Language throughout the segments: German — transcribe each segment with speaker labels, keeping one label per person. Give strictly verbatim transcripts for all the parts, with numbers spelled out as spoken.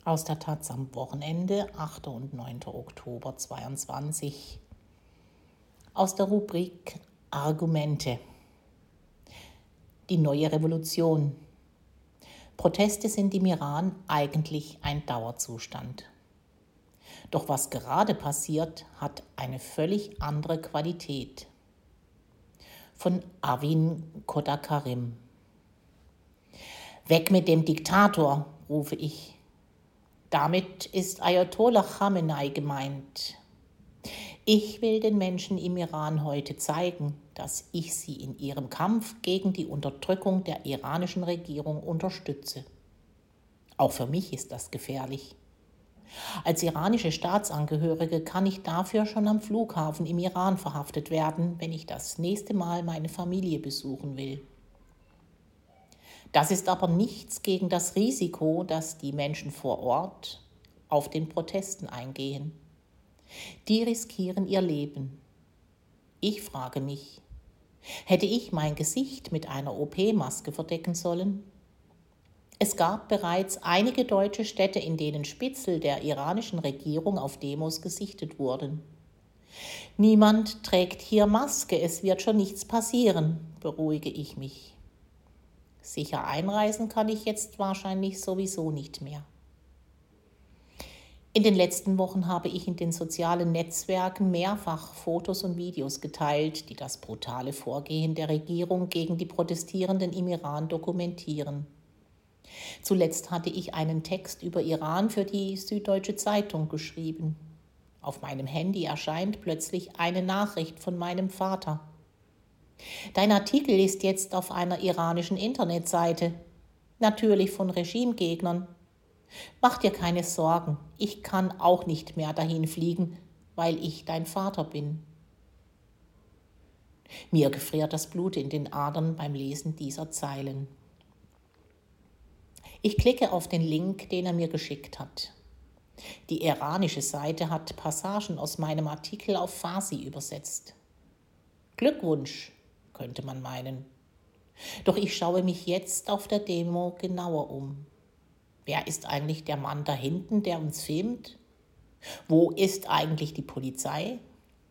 Speaker 1: Aus der Taz am Wochenende, achter und neunter Oktober zweiundzwanzig. Aus der Rubrik Argumente. Die neue Revolution. Proteste sind im Iran eigentlich ein Dauerzustand. Doch was gerade passiert, hat eine völlig andere Qualität. Von Arvin Khodakarim. Weg mit dem Diktator, rufe ich. Damit ist Ayatollah Khamenei gemeint. Ich will den Menschen im Iran heute zeigen, dass ich sie in ihrem Kampf gegen die Unterdrückung der iranischen Regierung unterstütze. Auch für mich ist das gefährlich. Als iranische Staatsangehörige kann ich dafür schon am Flughafen im Iran verhaftet werden, wenn ich das nächste Mal meine Familie besuchen will. Das ist aber nichts gegen das Risiko, dass die Menschen vor Ort auf den Protesten eingehen. Die riskieren ihr Leben. Ich frage mich, hätte ich mein Gesicht mit einer O P-Maske verdecken sollen? Es gab bereits einige deutsche Städte, in denen Spitzel der iranischen Regierung auf Demos gesichtet wurden. Niemand trägt hier Maske, es wird schon nichts passieren, beruhige ich mich. Sicher einreisen kann ich jetzt wahrscheinlich sowieso nicht mehr. In den letzten Wochen habe ich in den sozialen Netzwerken mehrfach Fotos und Videos geteilt, die das brutale Vorgehen der Regierung gegen die Protestierenden im Iran dokumentieren. Zuletzt hatte ich einen Text über Iran für die Süddeutsche Zeitung geschrieben. Auf meinem Handy erscheint plötzlich eine Nachricht von meinem Vater. Dein Artikel ist jetzt auf einer iranischen Internetseite, natürlich von Regimegegnern. Mach dir keine Sorgen, ich kann auch nicht mehr dahin fliegen, weil ich dein Vater bin. Mir gefriert das Blut in den Adern beim Lesen dieser Zeilen. Ich klicke auf den Link, den er mir geschickt hat. Die iranische Seite hat Passagen aus meinem Artikel auf Farsi übersetzt. Glückwunsch, könnte man meinen. Doch ich schaue mich jetzt auf der Demo genauer um. Wer ist eigentlich der Mann da hinten, der uns filmt? Wo ist eigentlich die Polizei?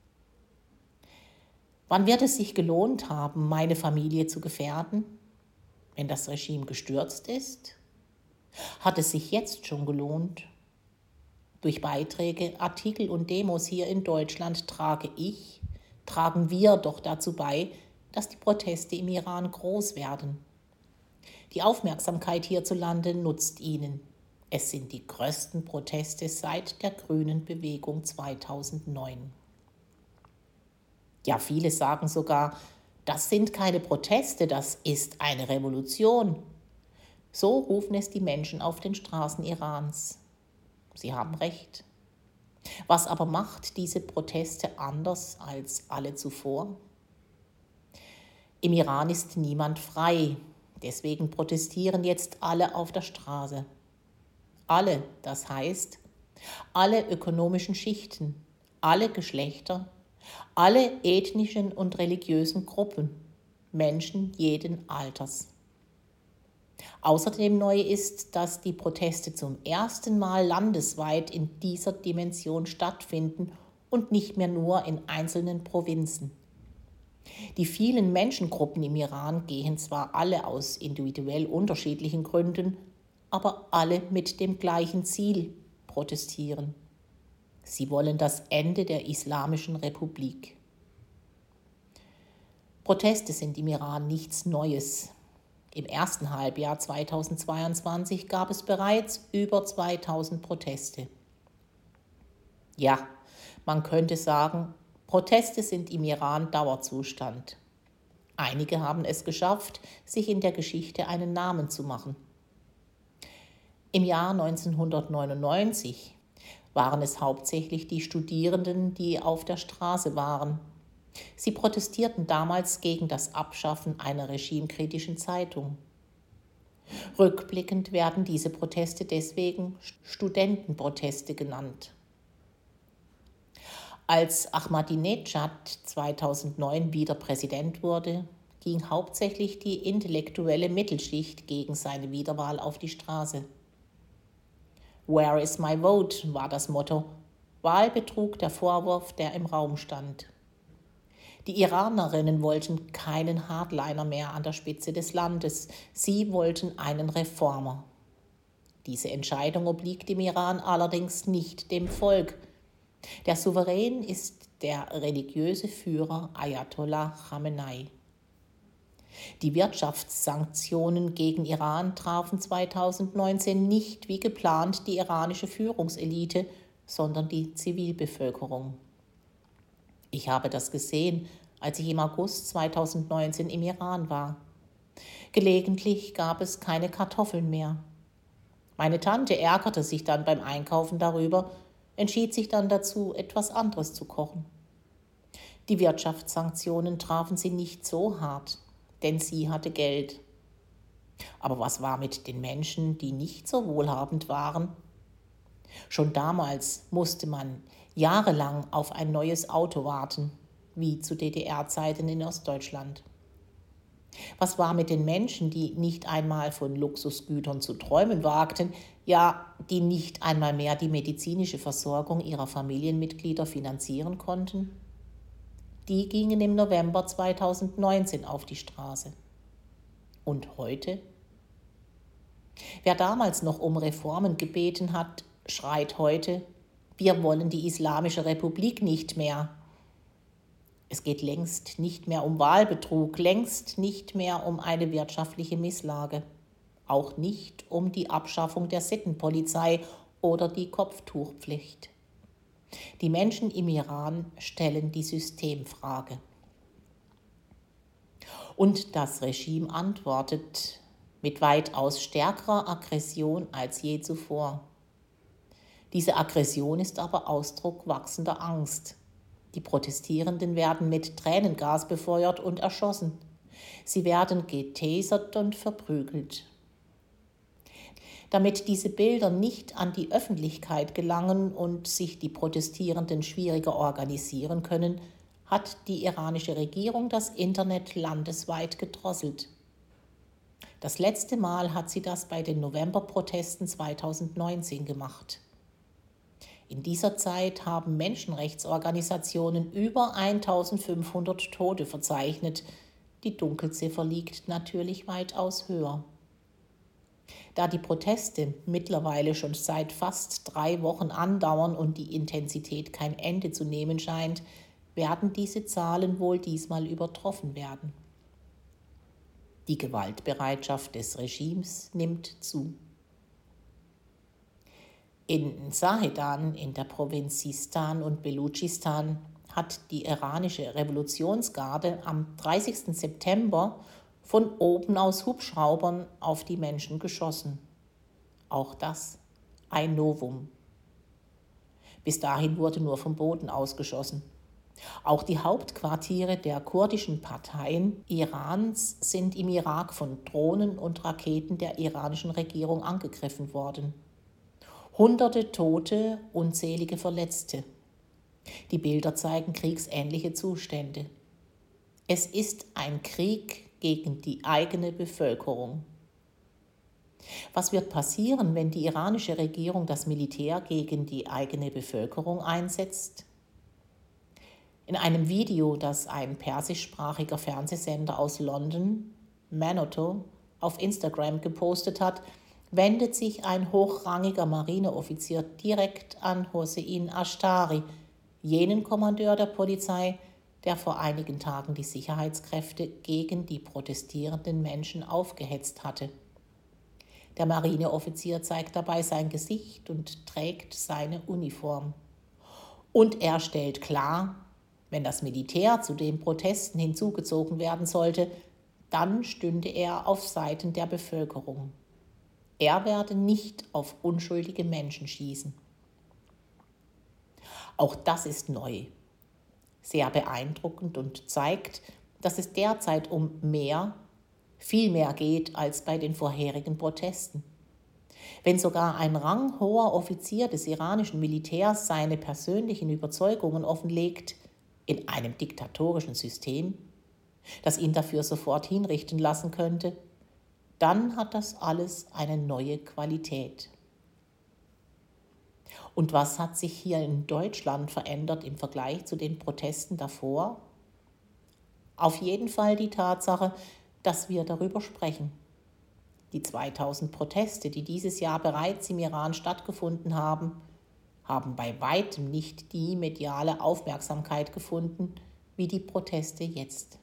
Speaker 1: Wann wird es sich gelohnt haben, meine Familie zu gefährden? Wenn das Regime gestürzt ist? Hat es sich jetzt schon gelohnt? Durch Beiträge, Artikel und Demos hier in Deutschland trage ich, tragen wir doch dazu bei, dass die Proteste im Iran groß werden. Die Aufmerksamkeit hierzulande nutzt ihnen. Es sind die größten Proteste seit der Grünen Bewegung zweitausendneun. Ja, viele sagen sogar, das sind keine Proteste, das ist eine Revolution. So rufen es die Menschen auf den Straßen Irans. Sie haben recht. Was aber macht diese Proteste anders als alle zuvor? Im Iran ist niemand frei, deswegen protestieren jetzt alle auf der Straße. Alle, das heißt, alle ökonomischen Schichten, alle Geschlechter, alle ethnischen und religiösen Gruppen, Menschen jeden Alters. Außerdem neu ist, dass die Proteste zum ersten Mal landesweit in dieser Dimension stattfinden und nicht mehr nur in einzelnen Provinzen. Die vielen Menschengruppen im Iran gehen zwar alle aus individuell unterschiedlichen Gründen, aber alle mit dem gleichen Ziel protestieren. Sie wollen das Ende der Islamischen Republik. Proteste sind im Iran nichts Neues. Im ersten Halbjahr zweitausendzweiundzwanzig gab es bereits über zweitausend Proteste. Ja, man könnte sagen, Proteste sind im Iran Dauerzustand. Einige haben es geschafft, sich in der Geschichte einen Namen zu machen. Im Jahr neunzehnhundertneunundneunzig waren es hauptsächlich die Studierenden, die auf der Straße waren. Sie protestierten damals gegen das Abschaffen einer regimekritischen Zeitung. Rückblickend werden diese Proteste deswegen Studentenproteste genannt. Als Ahmadinejad zweitausendneun wieder Präsident wurde, ging hauptsächlich die intellektuelle Mittelschicht gegen seine Wiederwahl auf die Straße. Where is my vote war das Motto. Wahlbetrug der Vorwurf, der im Raum stand. Die Iranerinnen wollten keinen Hardliner mehr an der Spitze des Landes. Sie wollten einen Reformer. Diese Entscheidung obliegt im Iran allerdings nicht dem Volk. Der Souverän ist der religiöse Führer Ayatollah Khamenei. Die Wirtschaftssanktionen gegen Iran trafen zweitausendneunzehn nicht wie geplant die iranische Führungselite, sondern die Zivilbevölkerung. Ich habe das gesehen, als ich im August zweitausendneunzehn im Iran war. Gelegentlich gab es keine Kartoffeln mehr. Meine Tante ärgerte sich dann beim Einkaufen darüber, entschied sich dann dazu, etwas anderes zu kochen. Die Wirtschaftssanktionen trafen sie nicht so hart, denn sie hatte Geld. Aber was war mit den Menschen, die nicht so wohlhabend waren? Schon damals musste man jahrelang auf ein neues Auto warten, wie zu D D R-Zeiten in Ostdeutschland. Was war mit den Menschen, die nicht einmal von Luxusgütern zu träumen wagten, ja, die nicht einmal mehr die medizinische Versorgung ihrer Familienmitglieder finanzieren konnten? Die gingen im November zweitausendneunzehn auf die Straße. Und heute? Wer damals noch um Reformen gebeten hat, schreit heute, wir wollen die Islamische Republik nicht mehr. Es geht längst nicht mehr um Wahlbetrug, längst nicht mehr um eine wirtschaftliche Misslage, auch nicht um die Abschaffung der Sittenpolizei oder die Kopftuchpflicht. Die Menschen im Iran stellen die Systemfrage. Und das Regime antwortet mit weitaus stärkerer Aggression als je zuvor. Diese Aggression ist aber Ausdruck wachsender Angst. Die Protestierenden werden mit Tränengas befeuert und erschossen. Sie werden getasert und verprügelt. Damit diese Bilder nicht an die Öffentlichkeit gelangen und sich die Protestierenden schwieriger organisieren können, hat die iranische Regierung das Internet landesweit gedrosselt. Das letzte Mal hat sie das bei den Novemberprotesten zweitausendneunzehn gemacht. In dieser Zeit haben Menschenrechtsorganisationen über eintausendfünfhundert Tote verzeichnet. Die Dunkelziffer liegt natürlich weitaus höher. Da die Proteste mittlerweile schon seit fast drei Wochen andauern und die Intensität kein Ende zu nehmen scheint, werden diese Zahlen wohl diesmal übertroffen werden. Die Gewaltbereitschaft des Regimes nimmt zu. In Zahedan in der Provinz Sistan und Belutschistan hat die iranische Revolutionsgarde am dreißigsten September von oben aus Hubschraubern auf die Menschen geschossen. Auch das ein Novum. Bis dahin wurde nur vom Boden ausgeschossen. Auch die Hauptquartiere der kurdischen Parteien Irans sind im Irak von Drohnen und Raketen der iranischen Regierung angegriffen worden. Hunderte Tote, unzählige Verletzte. Die Bilder zeigen kriegsähnliche Zustände. Es ist ein Krieg gegen die eigene Bevölkerung. Was wird passieren, wenn die iranische Regierung das Militär gegen die eigene Bevölkerung einsetzt? In einem Video, das ein persischsprachiger Fernsehsender aus London, Manoto, auf Instagram gepostet hat, wendet sich ein hochrangiger Marineoffizier direkt an Hossein Ashtari, jenen Kommandeur der Polizei, der vor einigen Tagen die Sicherheitskräfte gegen die protestierenden Menschen aufgehetzt hatte. Der Marineoffizier zeigt dabei sein Gesicht und trägt seine Uniform. Und er stellt klar, wenn das Militär zu den Protesten hinzugezogen werden sollte, dann stünde er auf Seiten der Bevölkerung. Er werde nicht auf unschuldige Menschen schießen. Auch das ist neu, sehr beeindruckend und zeigt, dass es derzeit um mehr, viel mehr geht als bei den vorherigen Protesten. Wenn sogar ein ranghoher Offizier des iranischen Militärs seine persönlichen Überzeugungen offenlegt, in einem diktatorischen System, das ihn dafür sofort hinrichten lassen könnte, dann hat das alles eine neue Qualität. Und was hat sich hier in Deutschland verändert im Vergleich zu den Protesten davor? Auf jeden Fall die Tatsache, dass wir darüber sprechen. Die zweitausend Proteste, die dieses Jahr bereits im Iran stattgefunden haben, haben bei weitem nicht die mediale Aufmerksamkeit gefunden wie die Proteste jetzt.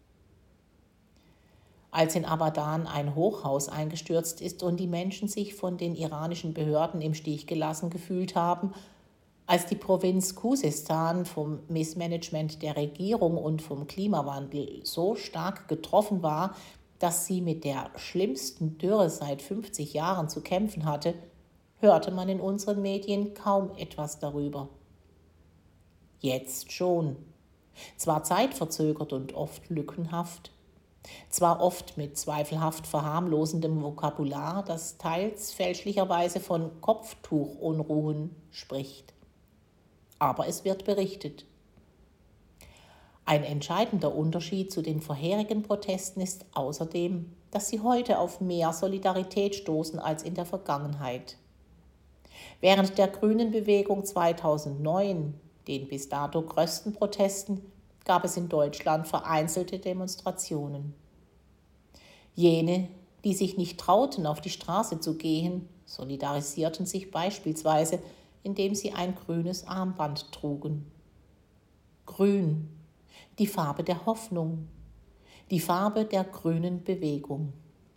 Speaker 1: Als in Abadan ein Hochhaus eingestürzt ist und die Menschen sich von den iranischen Behörden im Stich gelassen gefühlt haben, als die Provinz Khuzestan vom Missmanagement der Regierung und vom Klimawandel so stark getroffen war, dass sie mit der schlimmsten Dürre seit fünfzig Jahren zu kämpfen hatte, hörte man in unseren Medien kaum etwas darüber. Jetzt schon. Zwar zeitverzögert und oft lückenhaft, zwar oft mit zweifelhaft verharmlosendem Vokabular, das teils fälschlicherweise von Kopftuchunruhen spricht. Aber es wird berichtet. Ein entscheidender Unterschied zu den vorherigen Protesten ist außerdem, dass sie heute auf mehr Solidarität stoßen als in der Vergangenheit. Während der Grünen-Bewegung zweitausendneun, den bis dato größten Protesten, gab es in Deutschland vereinzelte Demonstrationen. Jene, die sich nicht trauten, auf die Straße zu gehen, solidarisierten sich beispielsweise, indem sie ein grünes Armband trugen. Grün, die Farbe der Hoffnung, die Farbe der grünen Bewegung.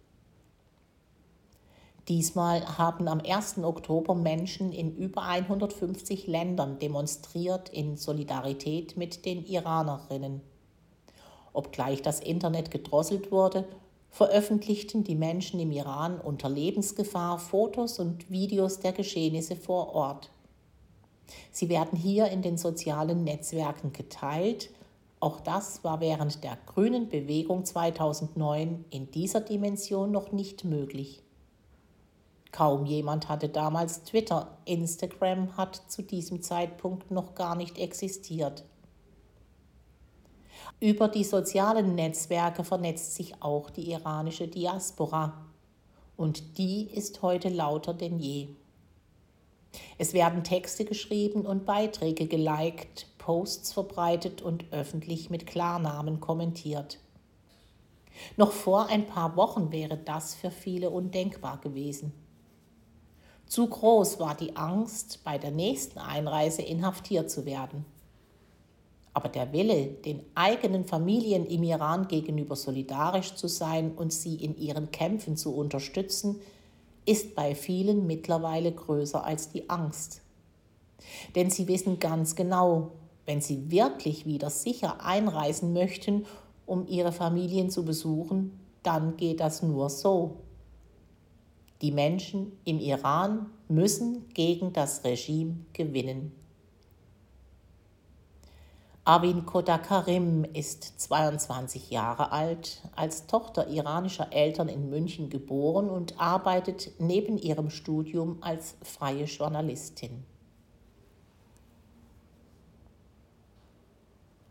Speaker 1: Diesmal haben am ersten Oktober Menschen in über hundertfünfzig Ländern demonstriert in Solidarität mit den Iranerinnen. Obgleich das Internet gedrosselt wurde, veröffentlichten die Menschen im Iran unter Lebensgefahr Fotos und Videos der Geschehnisse vor Ort. Sie werden hier in den sozialen Netzwerken geteilt. Auch das war während der grünen Bewegung zweitausendneun in dieser Dimension noch nicht möglich. Kaum jemand hatte damals Twitter, Instagram hat zu diesem Zeitpunkt noch gar nicht existiert. Über die sozialen Netzwerke vernetzt sich auch die iranische Diaspora und die ist heute lauter denn je. Es werden Texte geschrieben und Beiträge geliked, Posts verbreitet und öffentlich mit Klarnamen kommentiert. Noch vor ein paar Wochen wäre das für viele undenkbar gewesen. Zu groß war die Angst, bei der nächsten Einreise inhaftiert zu werden. Aber der Wille, den eigenen Familien im Iran gegenüber solidarisch zu sein und sie in ihren Kämpfen zu unterstützen, ist bei vielen mittlerweile größer als die Angst. Denn sie wissen ganz genau, wenn sie wirklich wieder sicher einreisen möchten, um ihre Familien zu besuchen, dann geht das nur so. Die Menschen im Iran müssen gegen das Regime gewinnen. Arvin Khodakarim ist zweiundzwanzig Jahre alt, als Tochter iranischer Eltern in München geboren und arbeitet neben ihrem Studium als freie Journalistin.